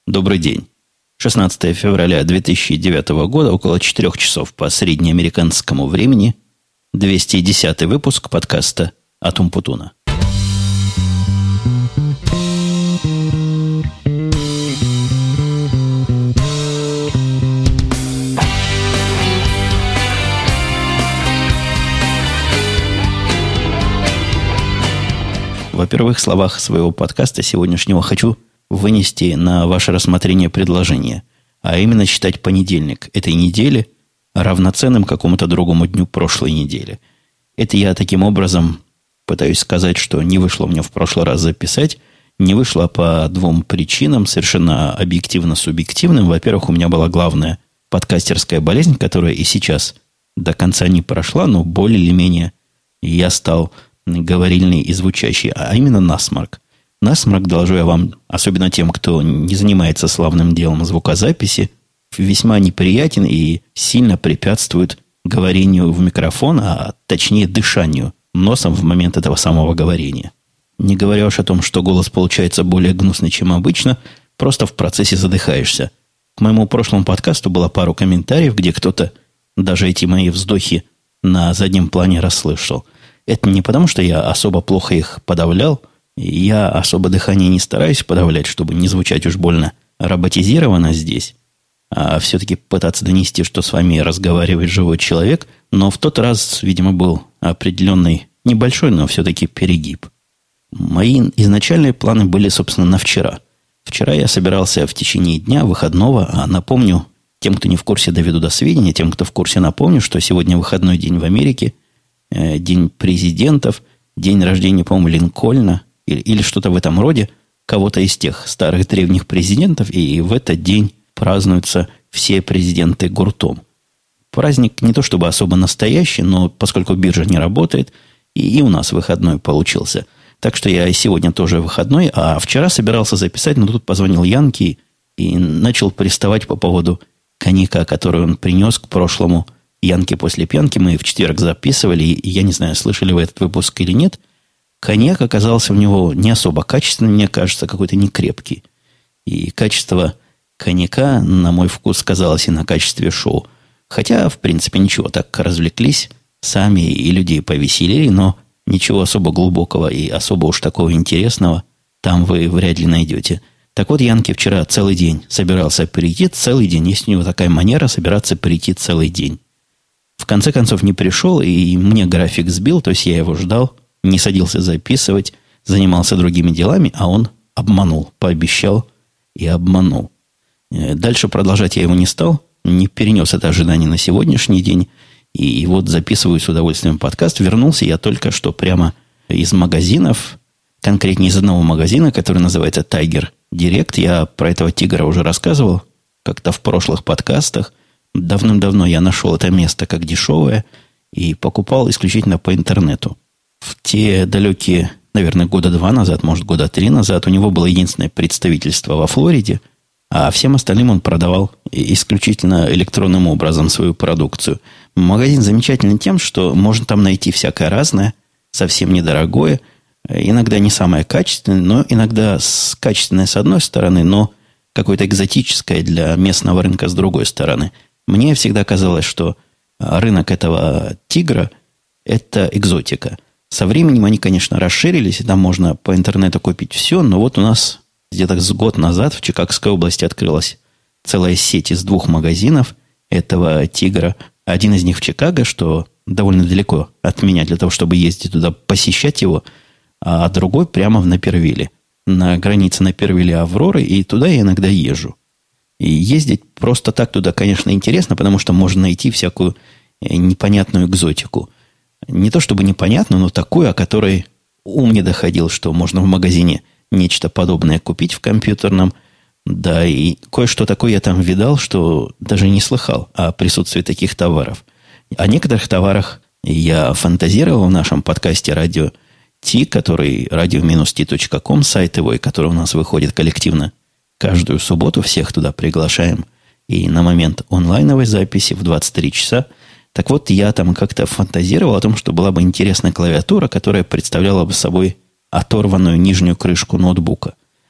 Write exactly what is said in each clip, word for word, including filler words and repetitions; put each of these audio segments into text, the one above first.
Добрый день. шестнадцатое февраля две тысячи девятого года, около четырех часов по среднеамериканскому времени, двести десятый выпуск подкаста от Умпутуна. Во-первых, в словах своего подкаста сегодняшнего хочу вынести на ваше рассмотрение предложение, а именно считать понедельник этой недели равноценным какому-то другому дню прошлой недели. Это я таким образом пытаюсь сказать, что не вышло мне в прошлый раз записать. Не вышло по двум причинам, совершенно объективно-субъективным. Во-первых, у меня была главная подкастерская болезнь, которая и сейчас до конца не прошла, но более или менее я стал говорильный и звучащий, а именно насморк. Насморк, доложу я вам, особенно тем, кто не занимается славным делом звукозаписи, весьма неприятен и сильно препятствует говорению в микрофон, а точнее дышанию носом в момент этого самого говорения. Не говоря уж о том, что голос получается более гнусный, чем обычно, просто в процессе задыхаешься. К моему прошлому подкасту было пару комментариев, где кто-то даже эти мои вздохи на заднем плане расслышал. Это не потому, что я особо плохо их подавлял. Я особо дыхание не стараюсь подавлять, чтобы не звучать уж больно роботизированно здесь, а все-таки пытаться донести, что с вами разговаривает живой человек. Но в тот раз, видимо, был определенный, небольшой, но все-таки перегиб. Мои изначальные планы были, собственно, на вчера. Вчера я собирался в течение дня выходного, а напомню, тем, кто не в курсе, доведу до сведения, тем, кто в курсе, напомню, что сегодня выходной день в Америке, э, день президентов, день рождения, по-моему, Линкольна, или, или что-то в этом роде, кого-то из тех старых древних президентов, и в этот день празднуются все президенты гуртом. Праздник не то чтобы особо настоящий, но поскольку биржа не работает, и, и у нас выходной получился. Так что я сегодня тоже выходной, а вчера собирался записать, но тут позвонил Янки и начал приставать по поводу коньяка, который он принес к прошлому Янки после пьянки. Мы в четверг записывали, и я не знаю, слышали вы этот выпуск или нет. Коньяк оказался у него не особо качественный, мне кажется, какой-то некрепкий. И качество коньяка, на мой вкус, сказалось и на качестве шоу. Хотя, в принципе, ничего, так развлеклись сами и людей повеселили, но ничего особо глубокого и особо уж такого интересного там вы вряд ли найдете. Так вот, Янки вчера целый день собирался перейти, целый день. Есть у него такая манера собираться перейти целый день. В конце концов не пришел, и мне график сбил, то есть я его ждал, не садился записывать, занимался другими делами, а он обманул, пообещал и обманул. Дальше продолжать я его не стал, не перенес это ожидание на сегодняшний день, и вот записываю с удовольствием подкаст. Вернулся я только что прямо из магазинов, конкретнее из одного магазина, который называется Tiger Direct. Я про этого тигра уже рассказывал как-то в прошлых подкастах. Давным-давно я нашел это место как дешевое и покупал исключительно по интернету. В те далекие, наверное, года два назад, может, года три назад, у него было единственное представительство во Флориде, а всем остальным он продавал исключительно электронным образом свою продукцию. Магазин замечательный тем, что можно там найти всякое разное, совсем недорогое, иногда не самое качественное, но иногда качественное с одной стороны, но какое-то экзотическое для местного рынка с другой стороны. Мне всегда казалось, что рынок этого тигра – это экзотика. Со временем они, конечно, расширились, и там можно по интернету купить все, но вот у нас где-то с год назад в Чикагской области открылась целая сеть из двух магазинов этого тигра. Один из них в Чикаго, что довольно далеко от меня для того, чтобы ездить туда, посещать его, а другой прямо в Напервилле, на границе Напервилля и Авроры, и туда я иногда езжу. И ездить просто так туда, конечно, интересно, потому что можно найти всякую непонятную экзотику. Не то чтобы непонятную, но такую, о которой ум не доходил, что можно в магазине нечто подобное купить в компьютерном. Да, и кое-что такое я там видал, что даже не слыхал о присутствии таких товаров. О некоторых товарах я фантазировал в нашем подкасте «Радио Ти», который радио ти точка ком, сайт его, и который у нас выходит коллективно каждую субботу. Всех туда приглашаем. И на момент онлайновой записи в двадцать три часа. Так вот, я там как-то фантазировал о том, что была бы интересная клавиатура, которая представляла бы собой оторванную нижнюю крышку ноутбука.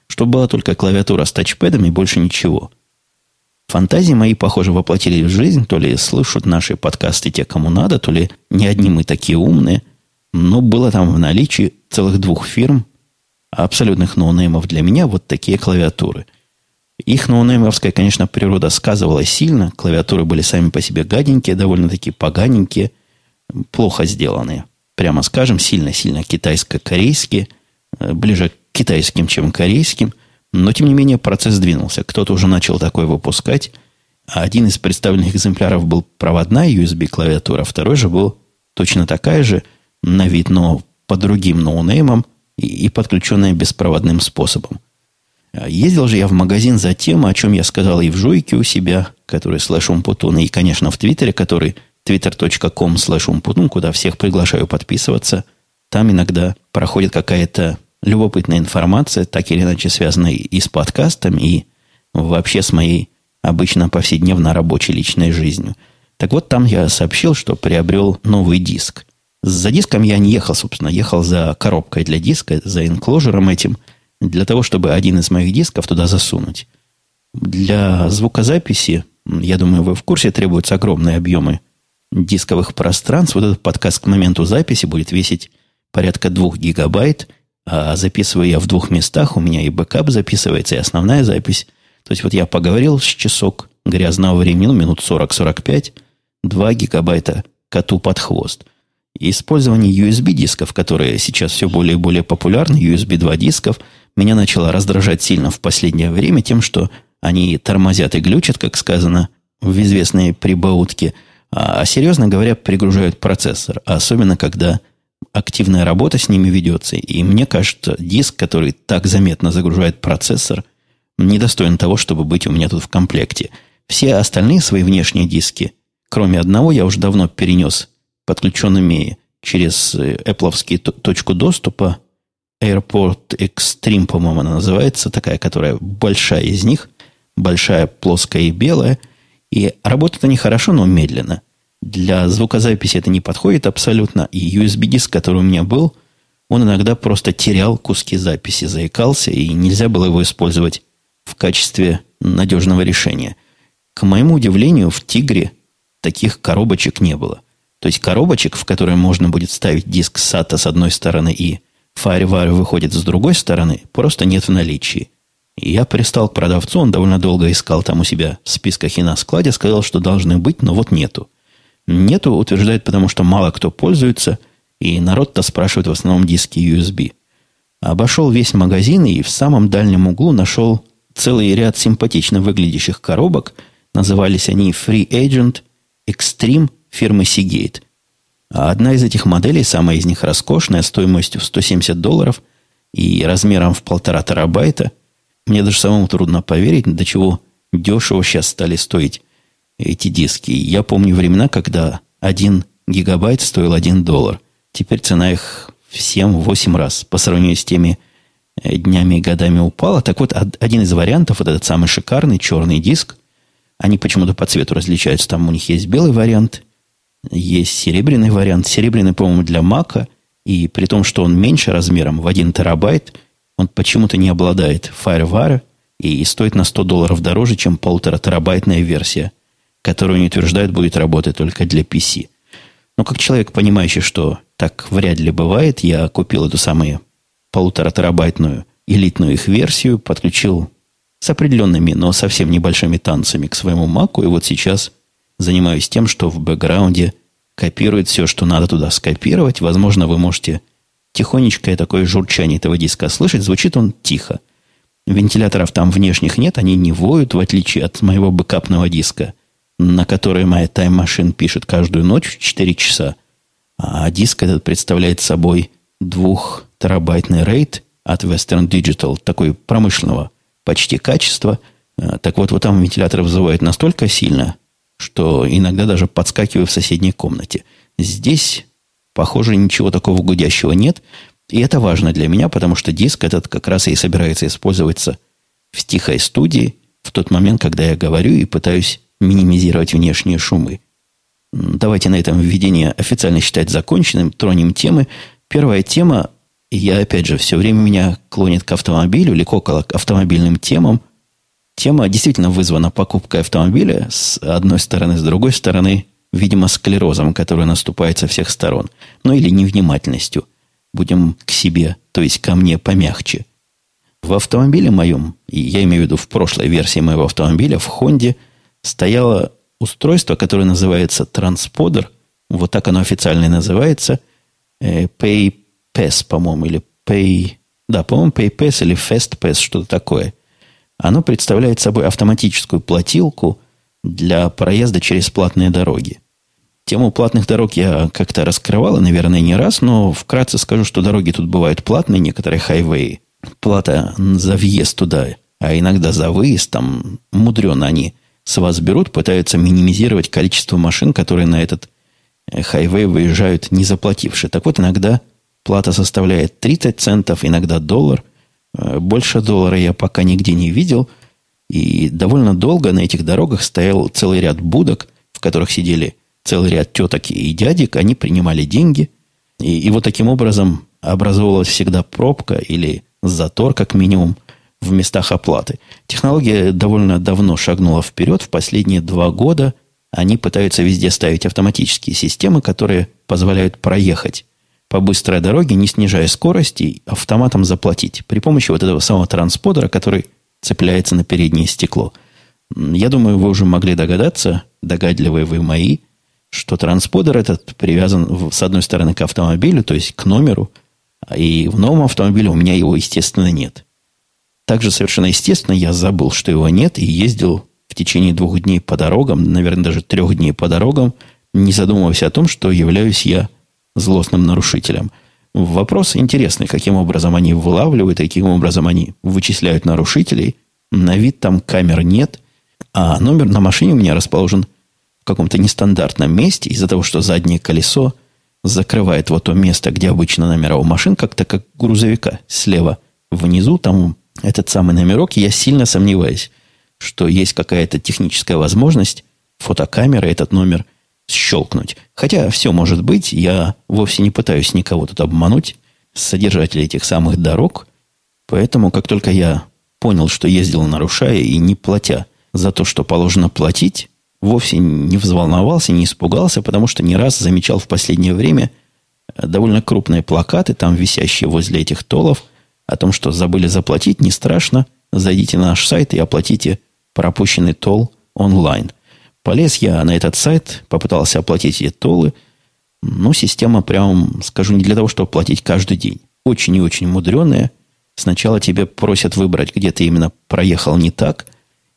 чтобы была только клавиатура с тачпэдом и больше ничего. Фантазии мои, похоже, воплотились в жизнь, то ли слышат наши подкасты те, кому надо, то ли не одни мы такие умные, но было там в наличии целых двух фирм, абсолютных ноунеймов для меня, вот такие клавиатуры. Их ноунеймовская, конечно, природа сказывалась сильно, клавиатуры были сами по себе гаденькие, довольно-таки поганенькие, плохо сделанные. Прямо скажем, сильно-сильно китайско-корейские, ближе к китайским, чем к корейским. Но, тем не менее, процесс двинулся. Кто-то уже начал такое выпускать. А один из представленных экземпляров был проводная ю эс би-клавиатура, второй же был точно такая же, на вид, но по другим ноунеймам и, и подключенная беспроводным способом. Ездил же я в магазин за тем, о чем я сказал и в Жуйке у себя, который слэш умпутун, и, конечно, в Твиттере, который твиттер точка ком слэш умпутун, куда всех приглашаю подписываться. Там иногда проходит какая-то любопытная информация, так или иначе связанная и с подкастом, и вообще с моей обычно повседневно рабочей личной жизнью. Так вот, там я сообщил, что приобрел новый диск. За диском я не ехал, собственно, ехал за коробкой для диска, за энкложером этим, для того, чтобы один из моих дисков туда засунуть. Для звукозаписи, я думаю, вы в курсе, требуются огромные объемы дисковых пространств. Вот этот подкаст к моменту записи будет весить порядка двух гигабайт, а записываю я в двух местах, у меня и бэкап записывается, и основная запись. То есть вот я поговорил с часок грязного времени, ну, минут сорок-сорок пять, два гигабайта коту под хвост. И использование ю эс би-дисков, которые сейчас все более и более популярны, ю эс би два дисков, меня начало раздражать сильно в последнее время тем, что они тормозят и глючат, как сказано в известной прибаутке, а, а серьезно говоря, перегружают процессор, особенно когда активная работа с ними ведется. И мне кажется, диск, который так заметно загружает процессор, недостоин того, чтобы быть у меня тут в комплекте. Все остальные свои внешние диски, кроме одного, я уже давно перенес подключенными через Apple-овскую точку доступа. AirPort Extreme, по-моему, она называется, такая, которая большая из них, большая, плоская и белая. И работает они хорошо, но медленно. Для звукозаписи это не подходит абсолютно. И ю эс би-диск, который у меня был, он иногда просто терял куски записи, заикался, и нельзя было его использовать в качестве надежного решения. К моему удивлению, в Тигре таких коробочек не было. То есть коробочек, в которые можно будет ставить диск сата с одной стороны и FireWire выходит с другой стороны, просто нет в наличии. И я пристал к продавцу, он довольно долго искал там у себя в списках и на складе, сказал, что должны быть, но вот нету. Нету, утверждает, потому что мало кто пользуется, и народ-то спрашивает в основном диски ю эс би. Обошел весь магазин и в самом дальнем углу нашел целый ряд симпатично выглядящих коробок. Назывались они Free Agent Extreme фирмы Seagate. А одна из этих моделей, самая из них роскошная, стоимостью в сто семьдесят долларов и размером в полтора терабайта. Мне даже самому трудно поверить, до чего дешево сейчас стали стоить эти диски. Я помню времена, когда один гигабайт стоил один доллар. Теперь цена их в семь-восемь раз по сравнению с теми днями и годами упала. Так вот, один из вариантов, вот этот самый шикарный черный диск, они почему-то по цвету различаются. Там у них есть белый вариант, есть серебряный вариант. Серебряный, по-моему, для Мака. И при том, что он меньше размером, в один терабайт, он почему-то не обладает FireWire и стоит на сто долларов дороже, чем полутора терабайтная версия, которую они утверждают будет работать только для пи си. Но как человек, понимающий, что так вряд ли бывает, я купил эту самую полутора терабайтную элитную их версию, подключил с определенными, но совсем небольшими танцами к своему Маку, и вот сейчас занимаюсь тем, что в бэкграунде копирует все, что надо туда скопировать. Возможно, вы можете тихонечко такое журчание этого диска слышать. Звучит он тихо. Вентиляторов там внешних нет, они не воют, в отличие от моего бэкапного диска, на который моя Time Machine пишет каждую ночь в четыре часа. А диск этот представляет собой двухтерабайтный RAID от Western Digital, такой промышленного почти качества. Так вот, вот там вентилятор вызывает настолько сильно, что иногда даже подскакиваю в соседней комнате. Здесь, похоже, ничего такого гудящего нет. И это важно для меня, потому что диск этот как раз и собирается использоваться в тихой студии в тот момент, когда я говорю и пытаюсь минимизировать внешние шумы. Давайте на этом введение официально считать законченным. Тронем темы. Первая тема. я, опять же, все время меня клонит к автомобилю или к около автомобильным темам. Тема действительно вызвана покупкой автомобиля с одной стороны, с другой стороны, видимо, склерозом, который наступает со всех сторон. Ну, или невнимательностью. Будем к себе, то есть ко мне помягче. В автомобиле моем, и я имею в виду в прошлой версии моего автомобиля, в Хонде, стояло устройство, которое называется трансподер. Вот так оно официально и называется. PayPass, по-моему, или Pay... Да, по-моему, PayPass или FastPass, что-то такое. Оно представляет собой автоматическую платилку для проезда через платные дороги. Тему платных дорог я как-то раскрывал, наверное, не раз, но вкратце скажу, что дороги тут бывают платные, некоторые хайвеи. Плата за въезд туда, а иногда за выезд, там мудрено они с вас берут, пытаются минимизировать количество машин, которые на этот хайвей выезжают, не заплатившие. Так вот, иногда плата составляет тридцать центов, иногда доллар. Больше доллара я пока нигде не видел. И довольно долго на этих дорогах стоял целый ряд будок, в которых сидели целый ряд теток и дядек. Они принимали деньги. И, и вот таким образом образовывалась всегда пробка или затор, как минимум, в местах оплаты. Технология довольно давно шагнула вперед. В последние два года они пытаются везде ставить автоматические системы, которые позволяют проехать по быстрой дороге, не снижая скорости, и автоматом заплатить при помощи вот этого самого трансподера, который цепляется на переднее стекло. Я думаю, вы уже могли догадаться, догадливые вы мои, что трансподер этот привязан, с одной стороны, к автомобилю, то есть к номеру, и в новом автомобиле у меня его, естественно, нет. Также совершенно естественно я забыл, что его нет, и ездил в течение двух дней по дорогам, наверное, даже трех дней по дорогам, не задумываясь о том, что являюсь я злостным нарушителем. Вопрос интересный, каким образом они вылавливают, каким образом они вычисляют нарушителей. На вид там камер нет, а номер на машине у меня расположен в каком-то нестандартном месте из-за того, что заднее колесо закрывает вот то место, где обычно номера у машин, как-то как грузовика. Слева внизу там этот самый номерок. Я сильно сомневаюсь, что есть какая-то техническая возможность фотокамерой этот номер щелкнуть. Хотя все может быть. Я вовсе не пытаюсь никого тут обмануть, содержателей этих самых дорог. Поэтому, как только я понял, что ездил нарушая и не платя за то, что положено платить, вовсе не взволновался, не испугался, потому что не раз замечал в последнее время довольно крупные плакаты, там висящие возле этих толлов, о том, что забыли заплатить, не страшно, зайдите на наш сайт и оплатите пропущенный толл онлайн. Полез я на этот сайт, попытался оплатить эти толлы. Ну, система, прям скажу, не для того, чтобы платить каждый день. Очень и очень мудреная. Сначала тебе просят выбрать, где ты именно проехал не так.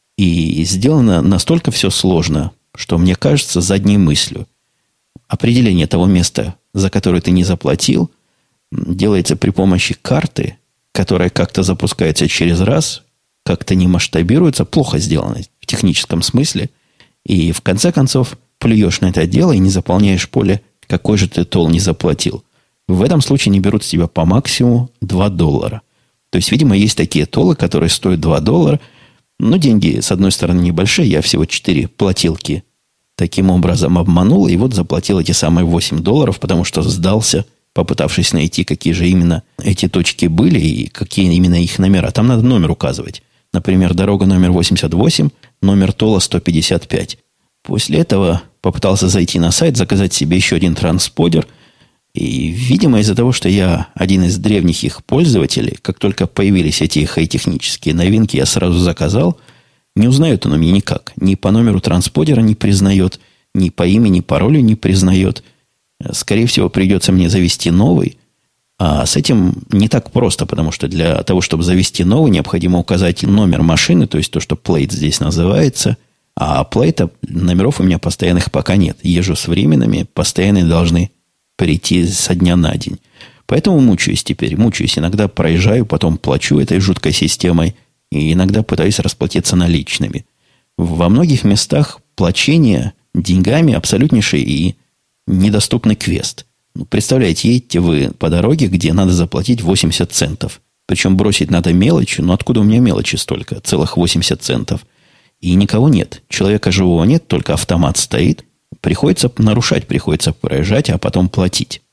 И сделано настолько все сложно, что мне кажется задней мыслью. Определение того места, за которое ты не заплатил, делается при помощи карты, которая как-то запускается через раз, как-то не масштабируется, плохо сделано в техническом смысле. И в конце концов плюешь на это дело и не заполняешь поле, какой же ты толл не заплатил. В этом случае они берут с тебя по максимуму два доллара. То есть, видимо, есть такие толлы, которые стоят два доллара. Но деньги, с одной стороны, небольшие. Я всего четыре платилки таким образом обманул. И вот заплатил эти самые восемь долларов, потому что сдался, попытавшись найти, какие же именно эти точки были и какие именно их номера. Там надо номер указывать. Например, дорога номер восемьдесят восемь, номер толла сто пятьдесят пять. После этого попытался зайти на сайт, заказать себе еще один трансподер. И, видимо, из-за того, что я один из древних их пользователей, как только появились эти хай-технические новинки, я сразу заказал. Не узнает он меня никак. Ни по номеру трансподера не признает, ни по имени, паролю не признает. Скорее всего, придется мне завести новый. А с этим не так просто, потому что для того, чтобы завести новый, необходимо указать номер машины, то есть то, что плейт здесь называется. А плейта, номеров у меня постоянных пока нет. Езжу с временными, постоянные должны прийти со дня на день. Поэтому мучаюсь теперь. Мучаюсь. Иногда проезжаю, потом плачу этой жуткой системой. И иногда пытаюсь расплатиться наличными. Во многих местах плачение деньгами абсолютнейший и недоступный квест. Ну, представляете, едете вы по дороге, где надо заплатить восемьдесят центов. Причем бросить надо мелочи. Но откуда у меня мелочи столько? Целых восемьдесят центов. И никого нет. Человека живого нет, только автомат стоит. Приходится нарушать, приходится проезжать, а потом платить.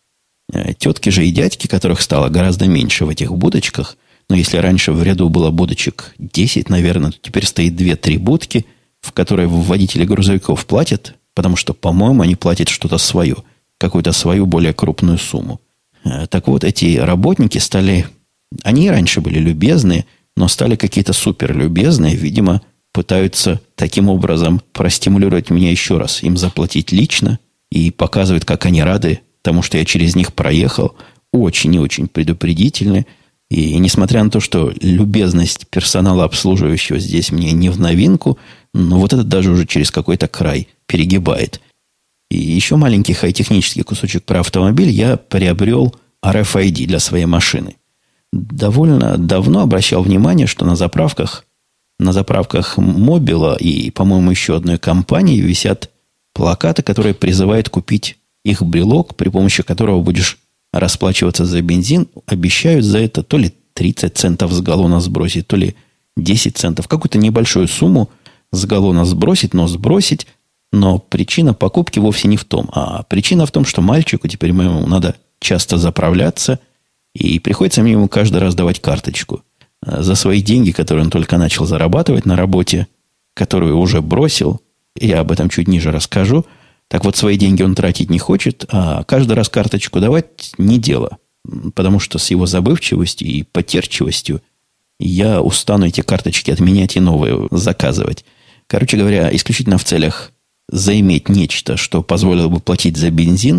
Тетки же и дядьки, которых стало гораздо меньше в этих будочках, но если раньше в ряду было будочек десять, наверное, то теперь стоит две-три будки, в которые водители грузовиков платят, потому что, по-моему, они платят что-то свое, какую-то свою более крупную сумму. Так вот, эти работники стали... Они и раньше были любезные, но стали какие-то суперлюбезные, видимо, пытаются таким образом простимулировать меня еще раз, им заплатить лично, и показывают, как они рады тому, что я через них проехал, очень и очень предупредительны. И несмотря на то, что любезность персонала обслуживающего здесь мне не в новинку, но вот это даже уже через какой-то край перегибает. И еще маленький хай-технический кусочек про автомобиль. Я приобрел ар эф ай ди для своей машины. Довольно давно обращал внимание, что на заправках, на заправках Мобила и, по-моему, еще одной компании висят плакаты, которые призывают купить их брелок, при помощи которого будешь расплачиваться за бензин. Обещают за это то ли тридцать центов с галлона сбросить, то ли десять центов. Какую-то небольшую сумму с галлона сбросить, но сбросить. Но причина покупки вовсе не в том. А причина в том, что мальчику теперь моему надо часто заправляться. И приходится мне ему каждый раз давать карточку. За свои деньги, которые он только начал зарабатывать на работе, которую уже бросил. Я об этом чуть ниже расскажу. Так вот, свои деньги он тратить не хочет, а каждый раз карточку давать не дело. Потому что с его забывчивостью и потерчивостью я устану эти карточки отменять и новые заказывать. Короче говоря, исключительно в целях заиметь нечто, что позволило бы платить за бензин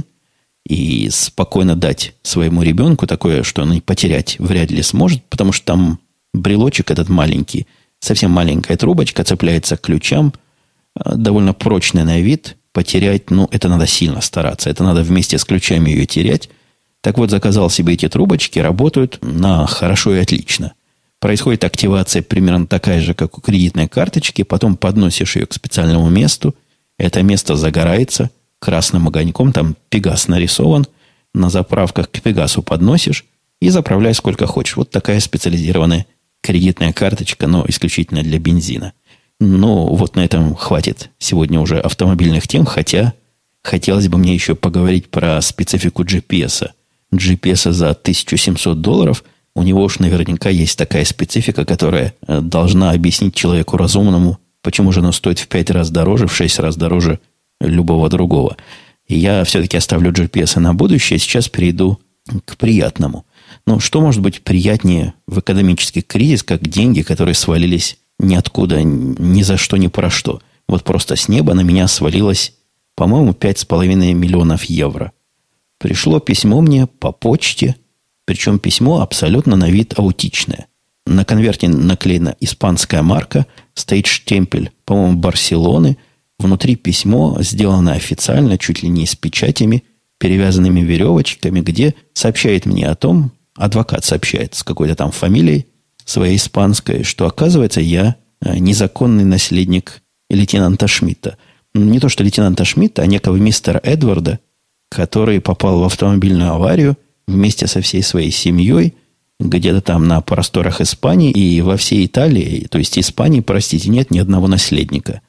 и спокойно дать своему ребенку такое, что он и потерять вряд ли сможет, потому что там брелочек этот маленький, совсем маленькая трубочка, цепляется к ключам, довольно прочный на вид. Потерять, ну, это надо сильно стараться. Это надо вместе с ключами ее терять. Так вот, заказал себе эти трубочки, работают на хорошо и отлично. Происходит активация примерно такая же, как у кредитной карточки. Потом подносишь ее к специальному месту. Это место загорается красным огоньком. Там Пегас нарисован. На заправках к Пегасу подносишь и заправляй сколько хочешь. Вот такая специализированная кредитная карточка, но исключительно для бензина. Ну, вот на этом хватит сегодня уже автомобильных тем, хотя хотелось бы мне еще поговорить про специфику джи пи эс. джи пи эс за тысячу семьсот долларов, у него уж наверняка есть такая специфика, которая должна объяснить человеку разумному, почему же оно стоит в пять раз дороже, в шесть раз дороже любого другого. И я все-таки оставлю джи пи эс на будущее, сейчас перейду к приятному. Но что может быть приятнее в экономический кризис, как деньги, которые свалились ниоткуда, ни за что, ни про что. Вот просто с неба на меня свалилось, по-моему, пять с половиной миллионов евро. Пришло письмо мне по почте, причем письмо абсолютно на вид аутичное. На конверте наклеена испанская марка, стоит штемпель, по-моему, Барселоны. Внутри письмо сделано официально, чуть ли не с печатями, перевязанными веревочками, где сообщает мне о том, адвокат сообщает с какой-то там фамилией, своей испанской, что, оказывается, я незаконный наследник лейтенанта Шмидта. Не то, что лейтенанта Шмидта, а некого мистера Эдварда, который попал в автомобильную аварию вместе со всей своей семьей, где-то там на просторах Испании и во всей Италии, то есть Испании, простите, нет ни одного наследника.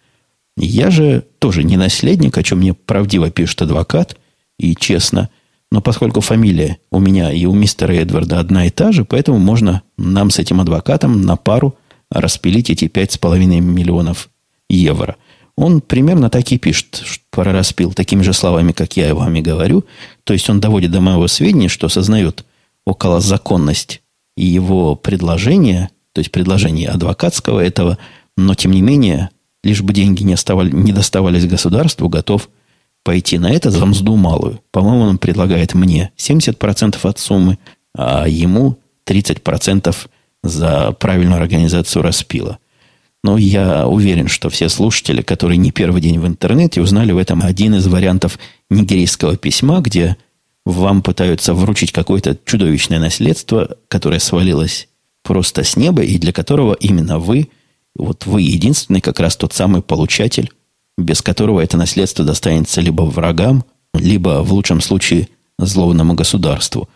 Я же тоже не наследник, о чем мне правдиво пишет адвокат, и честно. Но поскольку фамилия у меня и у мистера Эдварда одна и та же, поэтому можно нам с этим адвокатом на пару распилить эти пять с половиной миллионов евро. Он примерно так и пишет про распил, такими же словами, как я вам и говорю. То есть он доводит до моего сведения, что сознает околозаконность его предложения, то есть предложения адвокатского этого, но тем не менее, лишь бы деньги не, оставали, не доставались государству, готов пойти на это за мзду малую. По-моему, он предлагает мне семьдесят процентов от суммы, а ему тридцать процентов за правильную организацию распила. Но я уверен, что все слушатели, которые не первый день в интернете, узнали в этом один из вариантов нигерийского письма, где вам пытаются вручить какое-то чудовищное наследство, которое свалилось просто с неба, и для которого именно вы, вот вы единственный как раз тот самый получатель, без которого это наследство достанется либо врагам, либо, в лучшем случае, злобному государству.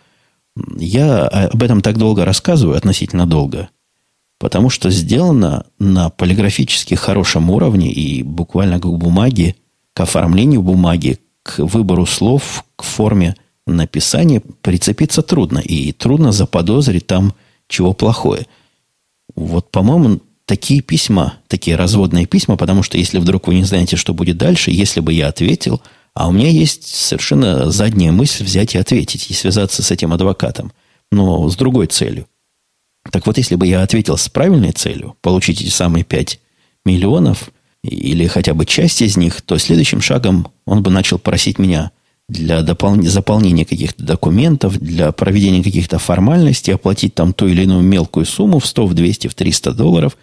Я об этом так долго рассказываю, относительно долго, потому что сделано на полиграфически хорошем уровне и буквально к бумаге, к оформлению бумаги, к выбору слов, к форме написание прицепиться трудно. И трудно заподозрить там чего плохое. Вот, по-моему, такие письма, такие разводные письма, потому что если вдруг вы не знаете, что будет дальше, если бы я ответил, а у меня есть совершенно задняя мысль взять и ответить, и связаться с этим адвокатом, но с другой целью. Так вот, если бы я ответил с правильной целью, получить эти самые пять миллионов, или хотя бы часть из них, то следующим шагом он бы начал просить меня для допол- заполнения каких-то документов, для проведения каких-то формальностей, оплатить там ту или иную мелкую сумму в сто, в двести, в триста долларов.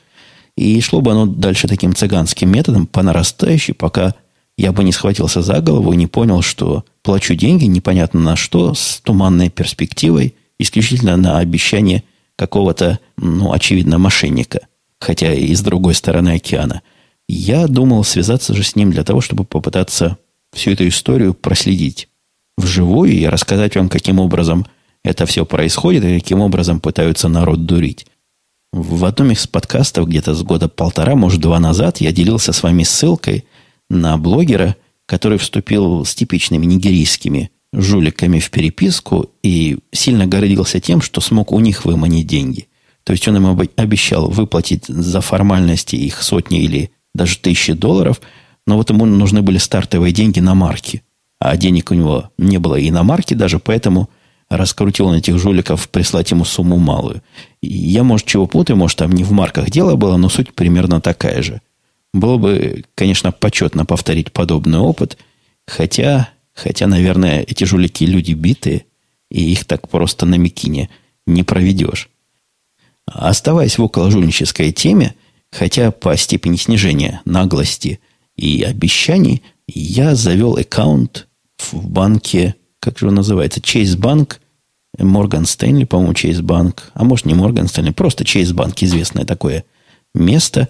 И шло бы оно дальше таким цыганским методом, по нарастающей, пока я бы не схватился за голову и не понял, что плачу деньги непонятно на что, с туманной перспективой, исключительно на обещание какого-то, ну, очевидно, мошенника, хотя и с другой стороны океана. Я думал связаться же с ним для того, чтобы попытаться всю эту историю проследить вживую и рассказать вам, каким образом это все происходит и каким образом пытаются народ дурить. В одном из подкастов где-то с года полтора, может, два назад я делился с вами ссылкой на блогера, который вступил с типичными нигерийскими жуликами в переписку и сильно гордился тем, что смог у них выманить деньги. То есть он им обещал выплатить за формальности их сотни или даже тысячи долларов, но вот ему нужны были стартовые деньги на марки. А денег у него не было и на марки даже, поэтому раскрутил он этих жуликов прислать ему сумму малую. И я, может, чего путаю, может, там не в марках дело было, но суть примерно такая же. Было бы, конечно, почетно повторить подобный опыт, хотя, хотя, наверное, эти жулики люди битые, и их так просто на мякине не проведешь. Оставаясь в околожульнической теме, хотя по степени снижения наглости и обещаний, я завел аккаунт в банке, как же он называется, Chase Bank, Morgan Stanley, по-моему, Chase Bank, а может не Morgan Stanley, просто Chase Bank, известное такое место.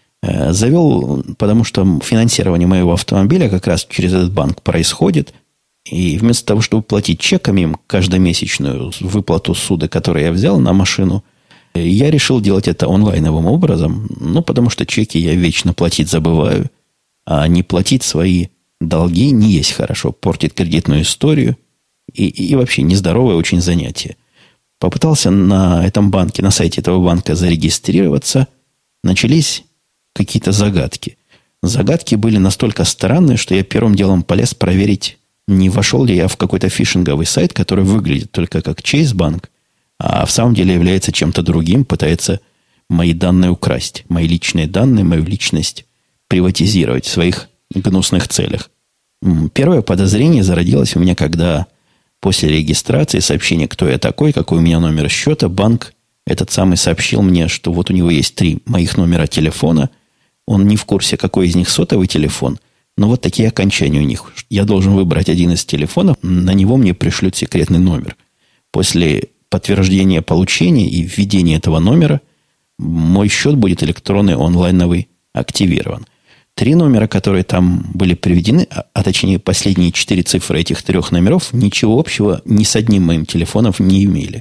Завел, потому что финансирование моего автомобиля как раз через этот банк происходит, и вместо того, чтобы платить чеками им каждомесячную выплату суда, которую я взял на машину, я решил делать это онлайновым образом, ну, потому что чеки я вечно платить забываю, а не платить свои долги не есть хорошо, портит кредитную историю и, и вообще нездоровое очень занятие. Попытался на этом банке, на сайте этого банка зарегистрироваться, начались какие-то загадки. Загадки были настолько странные, что я первым делом полез проверить, не вошел ли я в какой-то фишинговый сайт, который выглядит только как Chase Bank, а в самом деле является чем-то другим, пытается мои данные украсть, мои личные данные, мою личность приватизировать в своих гнусных целях. Первое подозрение зародилось у меня, когда после регистрации сообщения, кто я такой, какой у меня номер счета, банк этот самый сообщил мне, что вот у него есть три моих номера телефона, он не в курсе, какой из них сотовый телефон, но вот такие окончания у них. Я должен выбрать один из телефонов, на него мне пришлют секретный номер. После подтверждения получения и введения этого номера мой счет будет электронный, онлайновый, активирован. Три номера, которые там были приведены, а, а точнее последние четыре цифры этих трех номеров, ничего общего ни с одним моим телефоном не имели.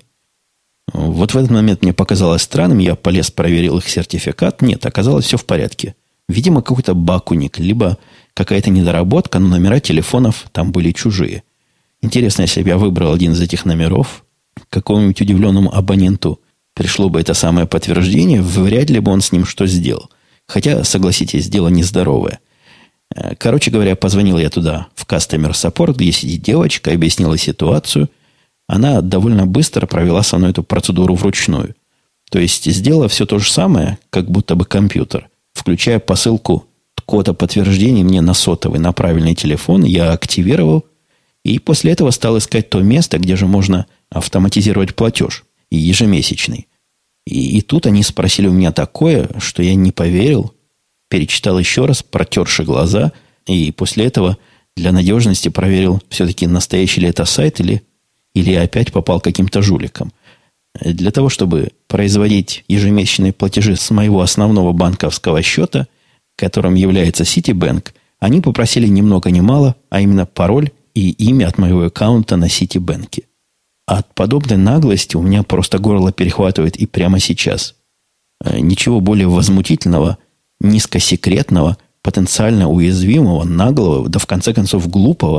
Вот в этот момент мне показалось странным, я полез, проверил их сертификат. Нет, оказалось все в порядке. Видимо, какой-то баг у них, либо какая-то недоработка, но номера телефонов там были чужие. Интересно, если бы я выбрал один из этих номеров, какому-нибудь удивленному абоненту пришло бы это самое подтверждение, вряд ли бы он с ним что сделал. Хотя, согласитесь, дело нездоровое. Короче говоря, позвонил я туда, в Customer Support, где сидит девочка, объяснила ситуацию. Она довольно быстро провела со мной эту процедуру вручную. То есть, сделала все то же самое, как будто бы компьютер. Включая посылку кода подтверждения мне на сотовый, на правильный телефон, я активировал. И после этого стал искать то место, где же можно автоматизировать платеж. И ежемесячный. И, и тут они спросили у меня такое, что я не поверил. Перечитал еще раз, протерши глаза. И после этого для надежности проверил, все-таки настоящий ли это сайт, или, или я опять попал каким-то жуликом. Для того, чтобы производить ежемесячные платежи с моего основного банковского счета, которым является Citibank, они попросили ни много ни мало, а именно пароль и имя от моего аккаунта на Citibank. От подобной наглости у меня просто горло перехватывает и прямо сейчас. Ничего более возмутительного, низкосекретного, потенциально уязвимого, наглого, да в конце концов глупого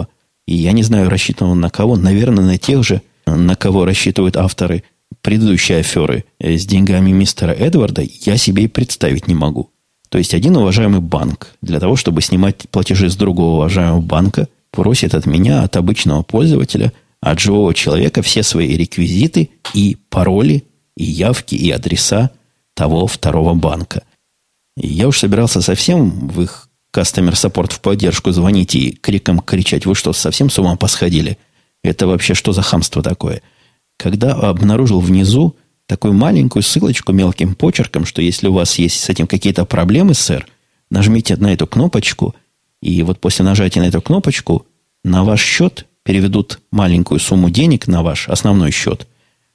И я не знаю, рассчитан он на кого. Наверное, на тех же, на кого рассчитывают авторы предыдущей аферы с деньгами мистера Эдварда, я себе и представить не могу. То есть один уважаемый банк для того, чтобы снимать платежи с другого уважаемого банка, просит от меня, от обычного пользователя, от живого человека все свои реквизиты и пароли, и явки, и адреса того второго банка. И я уж собирался совсем в их customer support в поддержку звонить и криком кричать: вы что, совсем с ума посходили? Это вообще что за хамство такое? Когда обнаружил внизу такую маленькую ссылочку мелким почерком, что если у вас есть с этим какие-то проблемы, сэр, нажмите на эту кнопочку, и вот после нажатия на эту кнопочку на ваш счет переведут маленькую сумму денег на ваш основной счет.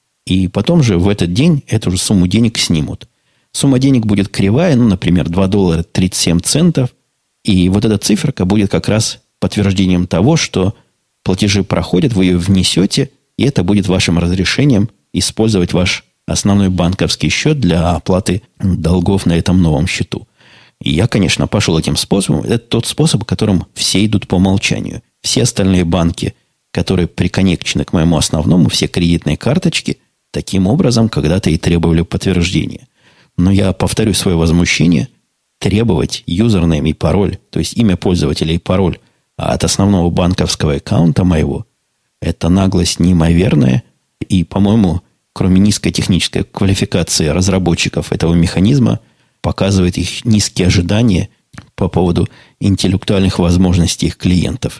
И потом же в этот день эту же сумму денег снимут. Сумма денег будет кривая, ну, например, два доллара тридцать семь центов. И вот эта циферка будет как раз подтверждением того, что платежи проходят, вы ее внесете, и это будет вашим разрешением использовать ваш основной банковский счет для оплаты долгов на этом новом счету. И я, конечно, пошел этим способом. Это тот способ, которым все идут по умолчанию. Все остальные банки, которые приконнекчены к моему основному, все кредитные карточки, таким образом когда-то и требовали подтверждения. Но я повторю свое возмущение. Требовать юзернейм и пароль, то есть имя пользователя и пароль от основного банковского аккаунта моего, это наглость неимоверная. И, по-моему, кроме низкой технической квалификации разработчиков этого механизма, показывает их низкие ожидания по поводу интеллектуальных возможностей их клиентов.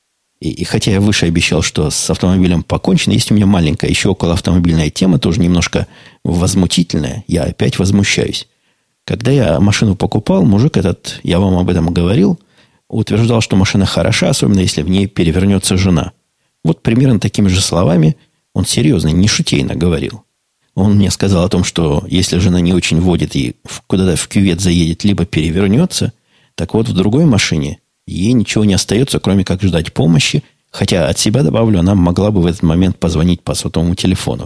И, и хотя я выше обещал, что с автомобилем покончено, есть у меня маленькая еще околоавтомобильная тема, тоже немножко возмутительная. Я опять возмущаюсь. Когда я машину покупал, мужик этот, я вам об этом говорил, утверждал, что машина хороша, особенно если в ней перевернется жена. Вот примерно такими же словами он серьезно, не шутейно говорил. Он мне сказал о том, что если жена не очень водит и куда-то в кювет заедет, либо перевернется, так вот в другой машине ей ничего не остается, кроме как ждать помощи. Хотя от себя добавлю, она могла бы в этот момент позвонить по сотовому телефону.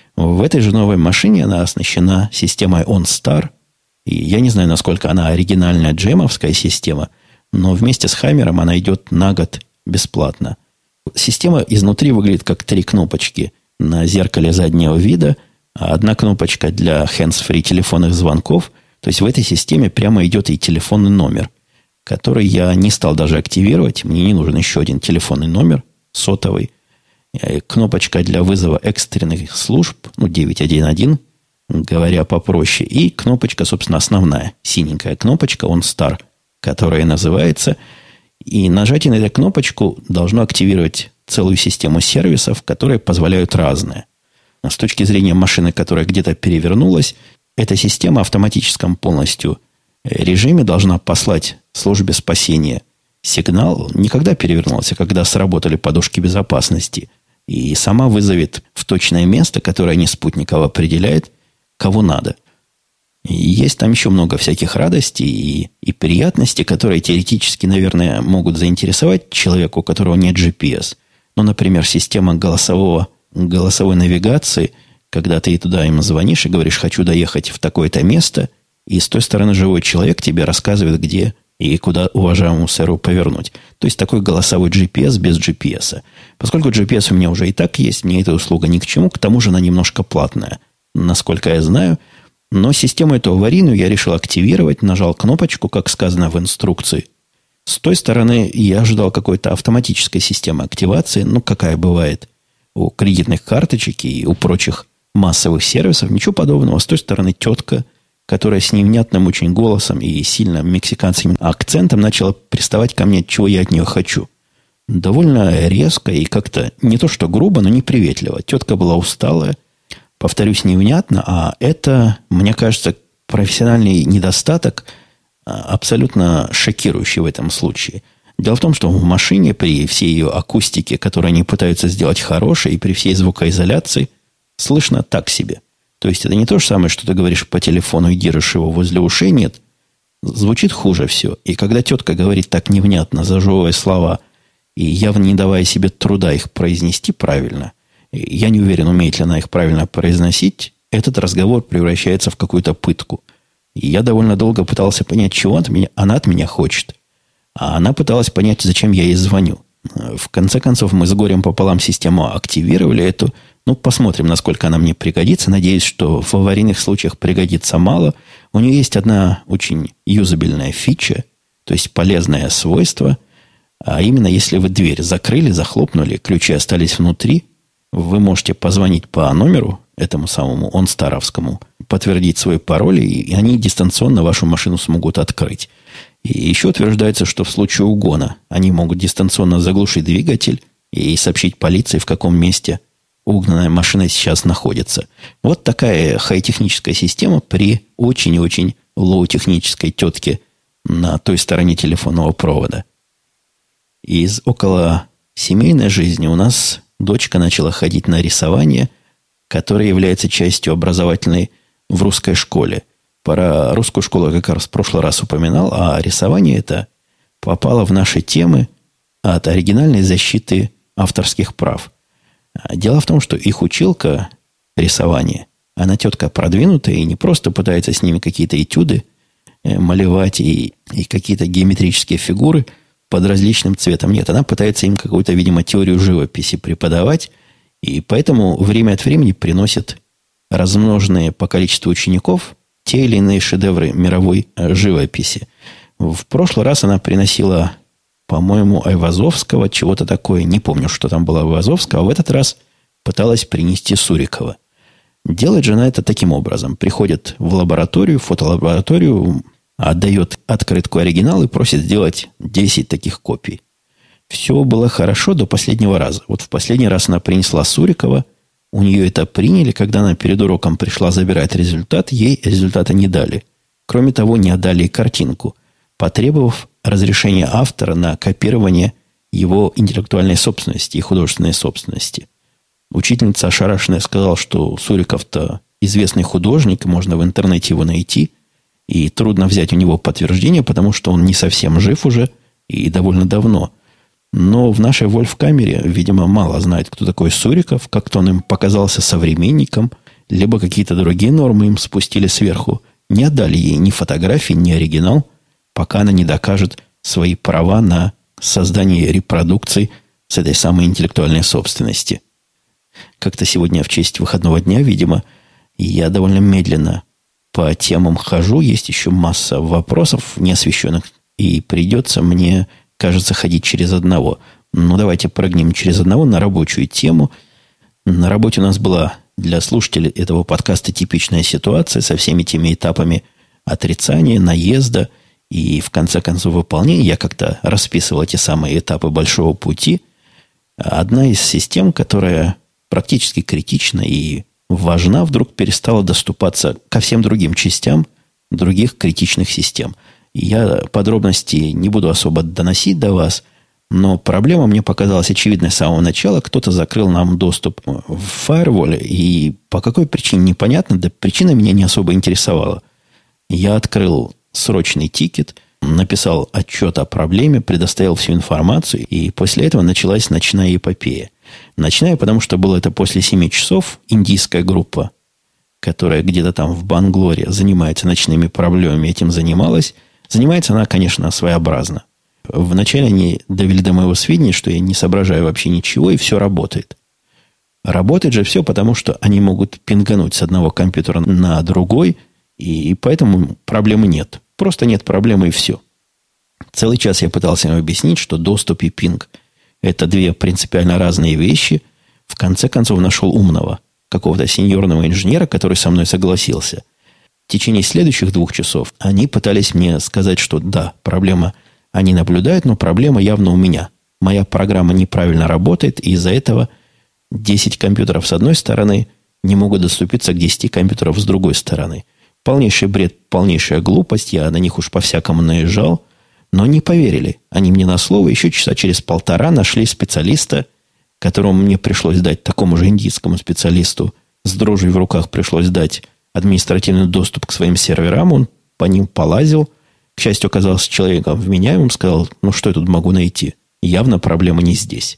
В этой же новой машине она оснащена системой OnStar. И я не знаю, насколько она оригинальная джемовская система, но вместе с Хаммером она идет на год бесплатно. Система изнутри выглядит как три кнопочки на зеркале заднего вида, а одна кнопочка для hands-free телефонных звонков. То есть в этой системе прямо идет и телефонный номер, который я не стал даже активировать. Мне не нужен еще один телефонный номер сотовый. Кнопочка для вызова экстренных служб, ну, девять один один, говоря попроще. И кнопочка, собственно, основная, синенькая кнопочка OnStar, которая называется. И нажатие на эту кнопочку должно активировать целую систему сервисов, которые позволяют разное. С точки зрения машины, которая где-то перевернулась, эта система в автоматическом полностью режиме должна послать службе спасения сигнал не когда перевернулся, а когда сработали подушки безопасности. И сама вызовет в точное место, которое не спутниково определяет, кого надо. И есть там еще много всяких радостей и, и приятностей, которые теоретически, наверное, могут заинтересовать человека, у которого нет джи пи эс. Ну, например, система голосового, голосовой навигации, когда ты туда им звонишь и говоришь: хочу доехать в такое-то место, и с той стороны живой человек тебе рассказывает, где и куда уважаемому сэру повернуть. То есть такой голосовой джи пи эс без джи пи эс. Поскольку джи пи эс у меня уже и так есть, мне эта услуга ни к чему, к тому же она немножко платная, насколько я знаю. Но систему эту аварийную я решил активировать, нажал кнопочку, как сказано в инструкции. С той стороны я ожидал какой-то автоматической системы активации, ну, какая бывает у кредитных карточек и у прочих массовых сервисов. Ничего подобного. С той стороны тетка, которая с невнятным очень голосом и сильно мексиканским акцентом начала приставать ко мне, чего я от нее хочу. Довольно резко и как-то не то что грубо, но неприветливо. Тетка была усталая. Повторюсь, невнятно, а это, мне кажется, профессиональный недостаток, абсолютно шокирующий в этом случае. Дело в том, что в машине при всей ее акустике, которую они пытаются сделать хорошей, и при всей звукоизоляции, слышно так себе. То есть это не то же самое, что ты говоришь по телефону и держишь его возле ушей, нет. Звучит хуже все. И когда тетка говорит так невнятно, зажевывая слова, и явно не давая себе труда их произнести правильно, я не уверен, умеет ли она их правильно произносить, этот разговор превращается в какую-то пытку. И я довольно долго пытался понять, чего от меня, она от меня хочет. А она пыталась понять, зачем я ей звоню. В конце концов, мы с горем пополам систему активировали эту. Ну, посмотрим, насколько она мне пригодится. Надеюсь, что в аварийных случаях пригодится мало. У нее есть одна очень юзабельная фича, то есть полезное свойство. А именно, если вы дверь закрыли, захлопнули, ключи остались внутри, вы можете позвонить по номеру, этому самому онстаровскому, подтвердить свой пароль, и они дистанционно вашу машину смогут открыть. И еще утверждается, что в случае угона они могут дистанционно заглушить двигатель и сообщить полиции, в каком месте угнанная машина сейчас находится. Вот такая хай-техническая система при очень и очень лоу-технической тетке на той стороне телефонного провода. Из около семейной жизни у нас дочка начала ходить на рисование, которое является частью образовательной в русской школе. Про русскую школу я как раз в прошлый раз упоминал, а рисование это попало в наши темы от оригинальной защиты авторских прав. Дело в том, что их училка рисования, она тетка продвинутая и не просто пытается с ними какие-то этюды малевать и, и какие-то геометрические фигуры под различным цветом. Нет, она пытается им какую-то, видимо, теорию живописи преподавать, и поэтому время от времени приносит размноженные по количеству учеников те или иные шедевры мировой живописи. В прошлый раз она приносила, по-моему, Айвазовского, чего-то такое. Не помню, что там было Айвазовского. А в этот раз пыталась принести Сурикова. Делает же она это таким образом. Приходит в лабораторию, фотолабораторию, отдает открытку оригинал и просит сделать десять таких копий. Все было хорошо до последнего раза. Вот в последний раз она принесла Сурикова. У нее это приняли. Когда она перед уроком пришла забирать результат, ей результата не дали. Кроме того, не отдали и картинку, потребовав разрешения автора на копирование его интеллектуальной собственности и художественной собственности. Учительница ошарашенная сказала, что Суриков-то известный художник, можно в интернете его найти, и трудно взять у него подтверждение, потому что он не совсем жив уже и довольно давно. Но в нашей Вольф-камере, видимо, мало знает, кто такой Суриков, как-то он им показался современником, либо какие-то другие нормы им спустили сверху. Не отдали ей ни фотографии, ни оригинал, пока она не докажет свои права на создание репродукций с этой самой интеллектуальной собственности. Как-то сегодня в честь выходного дня, видимо, я довольно медленно по темам хожу. Есть еще масса вопросов неосвещенных, и придется мне, кажется, ходить через одного. Ну, давайте прыгнем через одного на рабочую тему. На работе у нас была для слушателей этого подкаста типичная ситуация со всеми теми этапами отрицания, наезда и, в конце концов, выполнения. Я как-то расписывал эти самые этапы большого пути. Одна из систем, которая практически критична и важна, вдруг перестала доступаться ко всем другим частям других критичных систем. Я подробности не буду особо доносить до вас, но проблема мне показалась очевидной с самого начала. Кто-то закрыл нам доступ в фаерволе, и по какой причине непонятно, да причина меня не особо интересовала. Я открыл срочный тикет, написал отчет о проблеме, предоставил всю информацию, и после этого началась ночная эпопея. Ночная, потому что было это после семи часов, индийская группа, которая где-то там в Банглоре занимается ночными проблемами, этим занималась. Занимается она, конечно, своеобразно. Вначале они довели до моего сведения, что я не соображаю вообще ничего, и все работает. Работает же все, потому что они могут пингануть с одного компьютера на другой, и поэтому проблемы нет. Просто нет проблемы, и все. Целый час я пытался им объяснить, что доступ и пинг – это две принципиально разные вещи. В конце концов нашел умного, какого-то сеньорного инженера, который со мной согласился. В течение следующих двух часов они пытались мне сказать, что да, проблема они наблюдают, но проблема явно у меня. Моя программа неправильно работает, и из-за этого десять компьютеров с одной стороны не могут доступиться к десяти компьютеров с другой стороны. Полнейший бред, полнейшая глупость. Я на них уж по-всякому наезжал, но не поверили. Они мне на слово еще часа через полтора нашли специалиста, которому мне пришлось дать, такому же индийскому специалисту, с дрожью в руках пришлось дать административный доступ к своим серверам. Он по ним полазил. К счастью, оказался человеком вменяемым, сказал, ну что я тут могу найти? Явно проблема не здесь.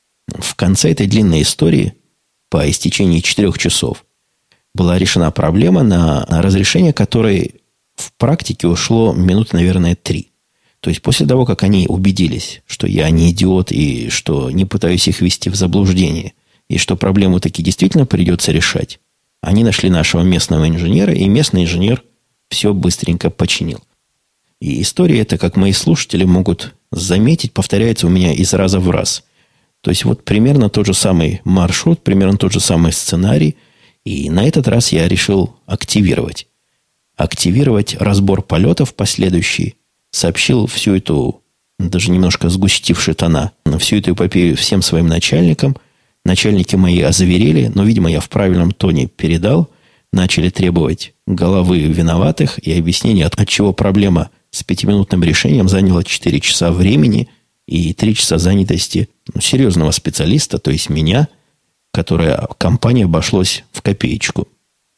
В конце этой длинной истории, по истечении четырех часов, была решена проблема, на разрешение которой в практике ушло минут, наверное, три. То есть после того, как они убедились, что я не идиот и что не пытаюсь их ввести в заблуждение, и что проблему таки действительно придется решать, они нашли нашего местного инженера, и местный инженер все быстренько починил. И история эта, как мои слушатели могут заметить, повторяется у меня из раза в раз. То есть вот примерно тот же самый маршрут, примерно тот же самый сценарий, и на этот раз я решил активировать. Активировать разбор полетов последующий, сообщил всю эту, даже немножко сгустившие тона, всю эту эпопею всем своим начальникам. Начальники мои озверели, но, видимо, я в правильном тоне передал. Начали требовать головы виноватых и объяснения, от чего проблема с пятиминутным решением заняла четыре часа времени и три часа занятости ну, серьезного специалиста, то есть меня, которая компания обошлась в копеечку.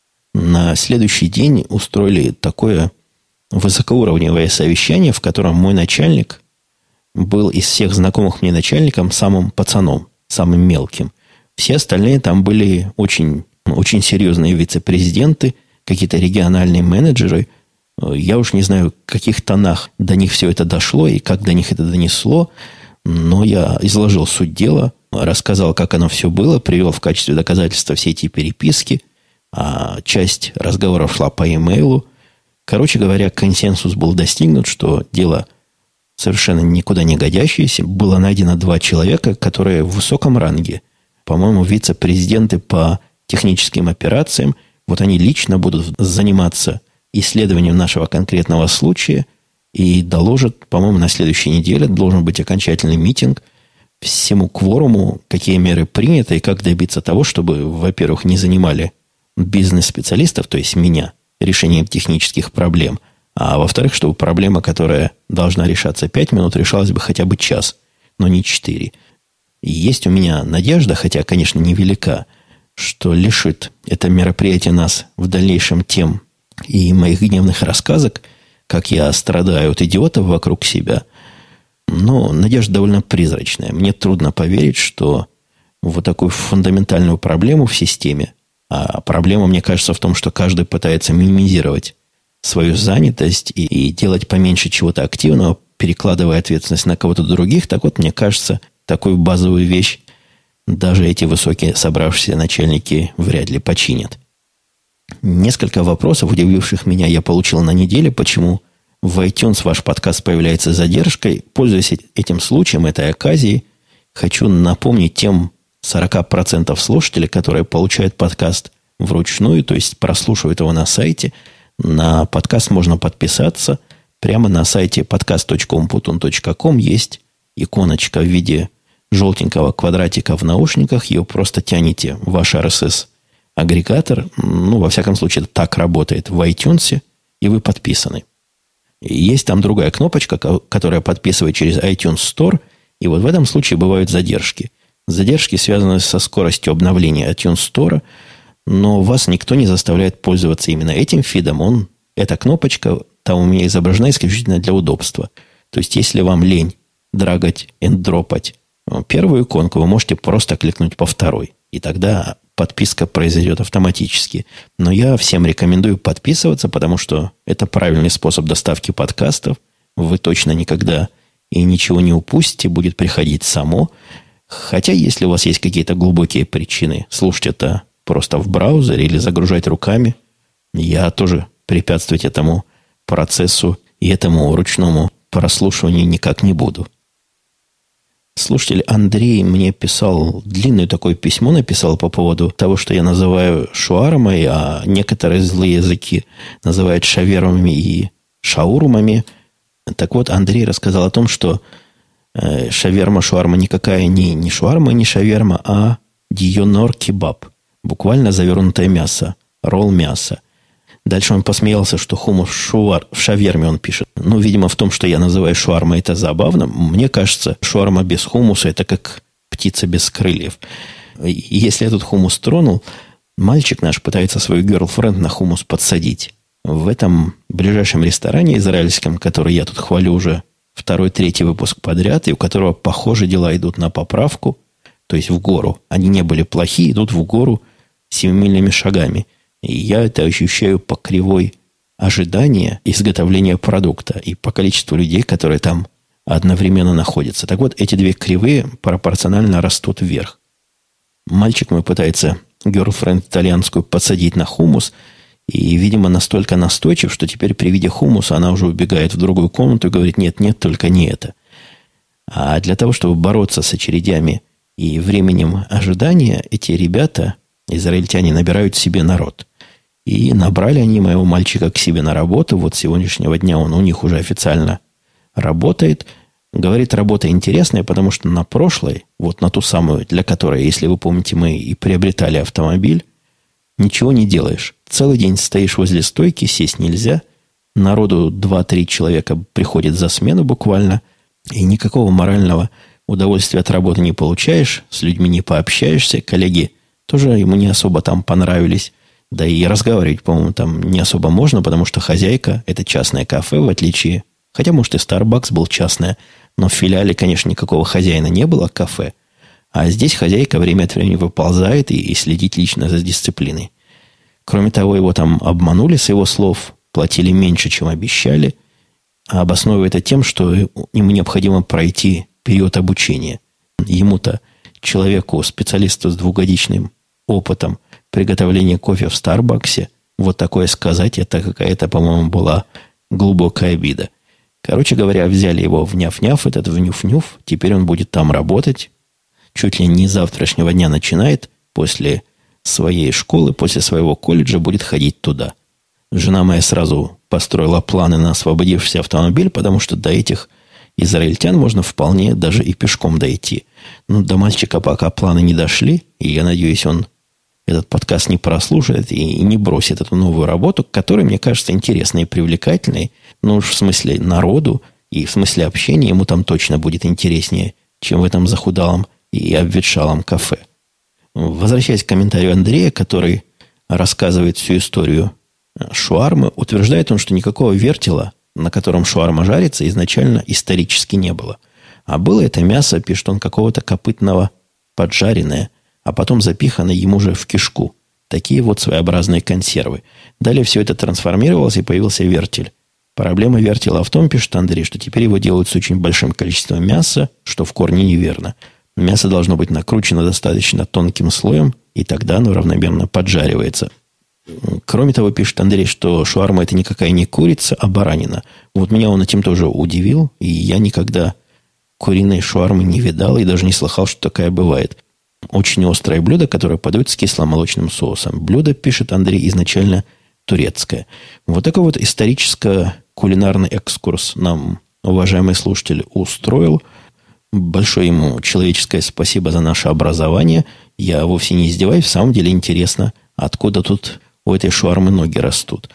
На следующий день устроили такое высокоуровневое совещание, в котором мой начальник был из всех знакомых мне начальником самым пацаном, самым мелким. Все остальные там были очень, очень серьезные вице-президенты, какие-то региональные менеджеры. Я уж не знаю, в каких тонах до них все это дошло и как до них это донесло, но я изложил суть дела, рассказал, как оно все было, привел в качестве доказательства все эти переписки, а часть разговоров шла по имейлу. Короче говоря, консенсус был достигнут, что дело совершенно никуда не годящееся. Было найдено два человека, которые в высоком ранге, по-моему, вице-президенты по техническим операциям. Вот они лично будут заниматься исследованием нашего конкретного случая и доложат, по-моему, на следующей неделе должен быть окончательный митинг всему кворуму, какие меры приняты и как добиться того, чтобы, во-первых, не занимали бизнес-специалистов, то есть меня, решением технических проблем, а во-вторых, чтобы проблема, которая должна решаться пять минут, решалась бы хотя бы час, но не четыре. И есть у меня надежда, хотя, конечно, невелика, что лишит это мероприятие нас в дальнейшем тем и моих гневных рассказок, как я страдаю от идиотов вокруг себя. Но надежда довольно призрачная. Мне трудно поверить, что вот такую фундаментальную проблему в системе, а проблема, мне кажется, в том, что каждый пытается минимизировать свою занятость и, и делать поменьше чего-то активного, перекладывая ответственность на кого-то других. Так вот, мне кажется, такую базовую вещь даже эти высокие собравшиеся начальники вряд ли починят. Несколько вопросов, удививших меня, я получил на неделе. Почему в iTunes ваш подкаст появляется с задержкой? Пользуясь этим случаем, этой оказией, хочу напомнить тем сорок процентов слушателей, которые получают подкаст вручную, то есть прослушивают его на сайте. На подкаст можно подписаться. Прямо на сайте подкаст точка умпутун точка ком есть иконочка в виде желтенького квадратика в наушниках. Ее просто тянете в ваш ар эс эс-агрегатор. Ну, во всяком случае, это так работает в iTunes, и вы подписаны. Есть там другая кнопочка, которая подписывает через iTunes Store, и вот в этом случае бывают задержки. Задержки связаны со скоростью обновления iTunes Store, но вас никто не заставляет пользоваться именно этим фидом. Он, эта кнопочка там у меня изображена исключительно для удобства. То есть, если вам лень драгать и дропать первую иконку, вы можете просто кликнуть по второй. И тогда подписка произойдет автоматически. Но я всем рекомендую подписываться, потому что это правильный способ доставки подкастов. Вы точно никогда и ничего не упустите, будет приходить само. Хотя, если у вас есть какие-то глубокие причины слушать это просто в браузере или загружать руками, я тоже препятствовать этому процессу и этому ручному прослушиванию никак не буду. Слушатель Андрей мне писал, длинное такое письмо написал по поводу того, что я называю шуармой, а некоторые злые языки называют шавермами и шаурмами. Так вот, Андрей рассказал о том, что э, шаверма, шуарма никакая не, не шуарма, не шаверма, а дийонор-кебаб. Буквально завернутое мясо, ролл мяса. Дальше он посмеялся, что хумус шуар, в шаверме он пишет. Ну, видимо, в том, что я называю шуарма, это забавно. Мне кажется, шуарма без хумуса – это как птица без крыльев. И если я тут хумус тронул, мальчик наш пытается свою герлфренд на хумус подсадить. В этом ближайшем ресторане израильском, который я тут хвалю уже второй, третий выпуск подряд, и у которого, похоже, дела идут на поправку, то есть в гору. Они не были плохие, идут в гору семимильными шагами. И я это ощущаю по кривой ожидания изготовления продукта и по количеству людей, которые там одновременно находятся. Так вот, эти две кривые пропорционально растут вверх. Мальчик мой пытается герлфренд итальянскую подсадить на хумус, и, видимо, настолько настойчив, что теперь при виде хумуса она уже убегает в другую комнату и говорит: нет, нет, только не это. А для того, чтобы бороться с очередями и временем ожидания, эти ребята, израильтяне, набирают себе народ. И набрали они моего мальчика к себе на работу. Вот с сегодняшнего дня он у них уже официально работает. Говорит, работа интересная, потому что на прошлой, вот на ту самую, для которой, если вы помните, мы и приобретали автомобиль, ничего не делаешь. Целый день стоишь возле стойки, сесть нельзя. Народу два-три человека приходит за смену буквально. И никакого морального удовольствия от работы не получаешь. С людьми не пообщаешься. Коллеги тоже ему не особо там понравились. Да и разговаривать, по-моему, там не особо можно, потому что хозяйка – это частное кафе, в отличие... Хотя, может, и Starbucks был частное, но в филиале, конечно, никакого хозяина не было кафе. А здесь хозяйка время от времени выползает и, и следит лично за дисциплиной. Кроме того, его там обманули с его слов, платили меньше, чем обещали, а обосновывая это тем, что ему необходимо пройти период обучения. Ему-то, человеку, специалисту с двухгодичным опытом приготовления кофе в Старбаксе, вот такое сказать, это какая-то, по-моему, была глубокая обида. Короче говоря, взяли его в няф-няф, этот в нюф-нюф, теперь он будет там работать, чуть ли не с завтрашнего дня начинает, после своей школы, после своего колледжа будет ходить туда. Жена моя сразу построила планы на освободившийся автомобиль, потому что до этих израильтян можно вполне даже и пешком дойти. Но до мальчика пока планы не дошли, и я надеюсь, он этот подкаст не прослушает и не бросит эту новую работу, которая, мне кажется, интересной и привлекательной. Ну уж в смысле народу и в смысле общения ему там точно будет интереснее, чем в этом захудалом и обветшалом кафе. Возвращаясь к комментарию Андрея, который рассказывает всю историю шуармы, утверждает он, что никакого вертела, на котором шуарма жарится, изначально исторически не было. А было это мясо, пишет он, какого-то копытного поджаренное, а потом запихано ему же в кишку. Такие вот своеобразные консервы. Далее все это трансформировалось, и появился вертель. Проблема вертела в том, пишет Андрей, что теперь его делают с очень большим количеством мяса, что в корне неверно. Мясо должно быть накручено достаточно тонким слоем, и тогда оно равномерно поджаривается. Кроме того, пишет Андрей, что шуарма – это никакая не курица, а баранина. Вот меня он этим тоже удивил, и я никогда куриной шуармы не видал и даже не слыхал, что такая бывает. Очень острое блюдо, которое подают с кисломолочным соусом. Блюдо, пишет Андрей, изначально турецкое. Вот такой вот историческо-кулинарный экскурс нам, уважаемый слушатель, устроил. Большое ему человеческое спасибо за наше образование. Я вовсе не издеваюсь, в самом деле интересно, откуда тут у этой шуармы ноги растут.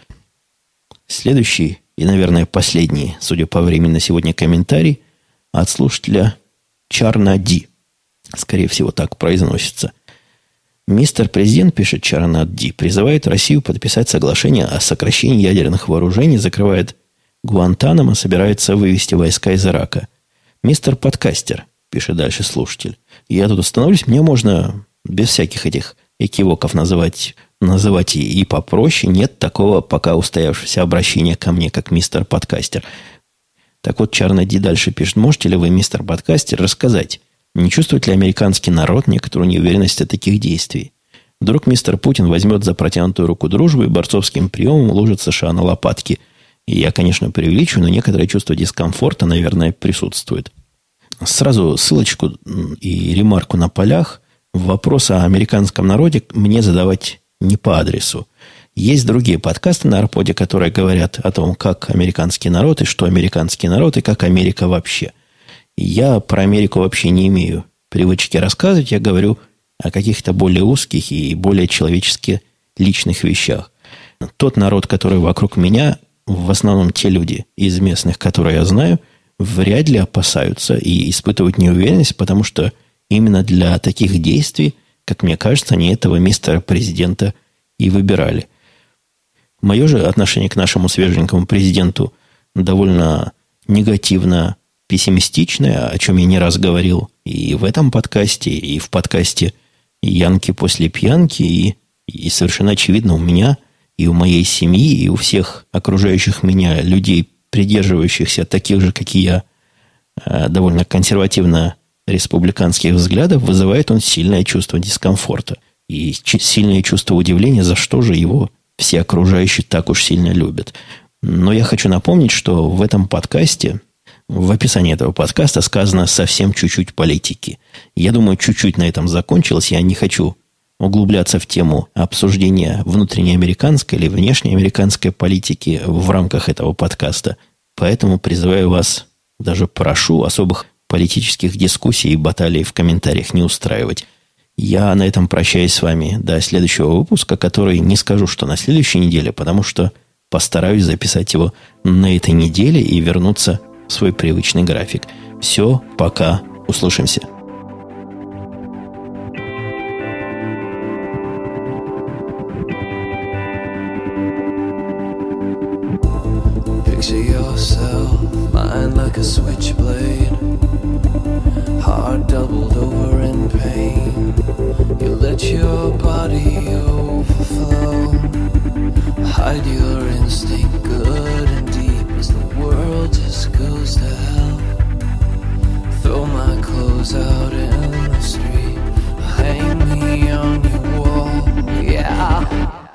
Следующий и, наверное, последний, судя по времени на сегодня, комментарий от слушателя Чарна Ди. Скорее всего, так произносится. Мистер Президент, пишет Чарнат Ди, призывает Россию подписать соглашение о сокращении ядерных вооружений, закрывает Гуантанамо, собирается вывести войска из Ирака. Мистер Подкастер, пишет дальше слушатель, я тут остановлюсь, мне можно без всяких этих экивоков называть, называть и, и попроще. Нет такого пока устоявшегося обращения ко мне, как мистер Подкастер. Так вот, Чарнат Ди дальше пишет, можете ли вы, мистер Подкастер, рассказать, не чувствует ли американский народ некоторую неуверенность от таких действий? Вдруг мистер Путин возьмет за протянутую руку дружбы и борцовским приемом уложит США на лопатки. И я, конечно, преувеличиваю, но некоторое чувство дискомфорта, наверное, присутствует. Сразу ссылочку и ремарку на полях. Вопрос о американском народе мне задавать не по адресу. Есть другие подкасты на Арподе, которые говорят о том, как американский народ, и что американский народ, и как Америка вообще. Я про Америку вообще не имею привычки рассказывать. Я говорю о каких-то более узких и более человечески личных вещах. Тот народ, который вокруг меня, в основном те люди из местных, которые я знаю, вряд ли опасаются и испытывают неуверенность, потому что именно для таких действий, как мне кажется, они этого мистера президента и выбирали. Мое же отношение к нашему свеженькому президенту довольно негативно пессимистичное, о чем я не раз говорил и в этом подкасте, и в подкасте «Янки после пьянки», и, и совершенно очевидно, у меня и у моей семьи, и у всех окружающих меня людей, придерживающихся таких же, как и я, довольно консервативно республиканских взглядов, вызывает он сильное чувство дискомфорта и сильное чувство удивления, за что же его все окружающие так уж сильно любят. Но я хочу напомнить, что в этом подкасте, в описании этого подкаста сказано совсем чуть-чуть политики. Я думаю, чуть-чуть на этом закончилось. Я не хочу углубляться в тему обсуждения внутреннеамериканской или внешнеамериканской политики в рамках этого подкаста. Поэтому призываю вас, даже прошу, особых политических дискуссий и баталий в комментариях не устраивать. Я на этом прощаюсь с вами до следующего выпуска, который не скажу, что на следующей неделе, потому что постараюсь записать его на этой неделе и вернуться в свой привычный график. Все, пока, услышимся. Picture yourself lying like a switchblade, heart doubled over in pain. You let your body overflow, hide your instinct good and deep as the world just goes to hell. Throw my clothes out in the street, hang me on your wall, yeah.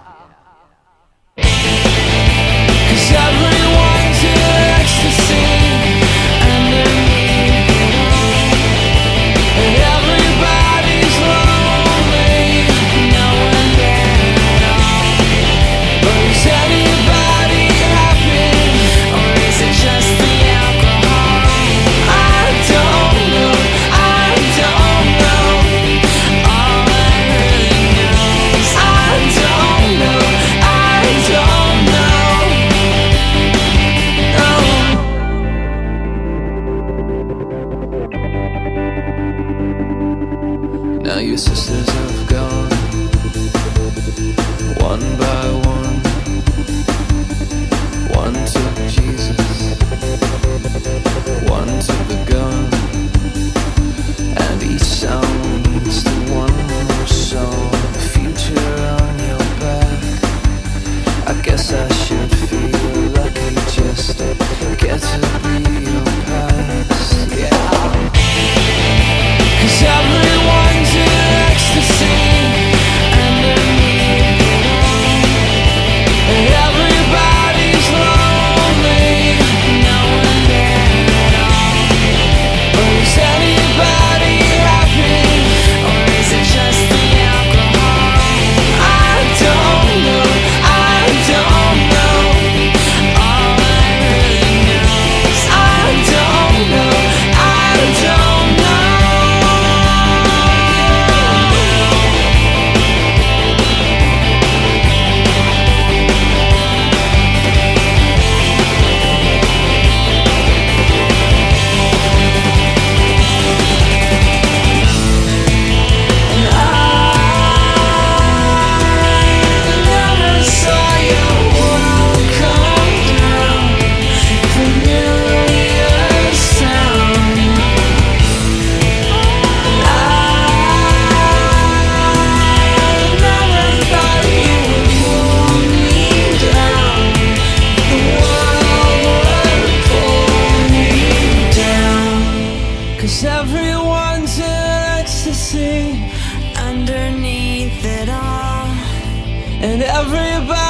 Cause everyone's in ecstasy underneath it all, and everybody's lonely, no one there at all. But is anybody happy, or is it just the alcohol? I don't know, I don't know. All I really know is I don't know, I don't know. Now your sisters have gone, one by one. One took Jesus, one took the gun, and each sound leads to one more song. The future on your back, I guess I should feel lucky just to get to be your past, yeah. Cause everyone's in ecstasy underneath it all, and everybody's lonely, no one there at all. But is anybody happy, or is it just the alcohol? I don't know, I don't know. All I really know is I don't know, I don't know. Cause everyone's in ecstasy underneath it all, and everybody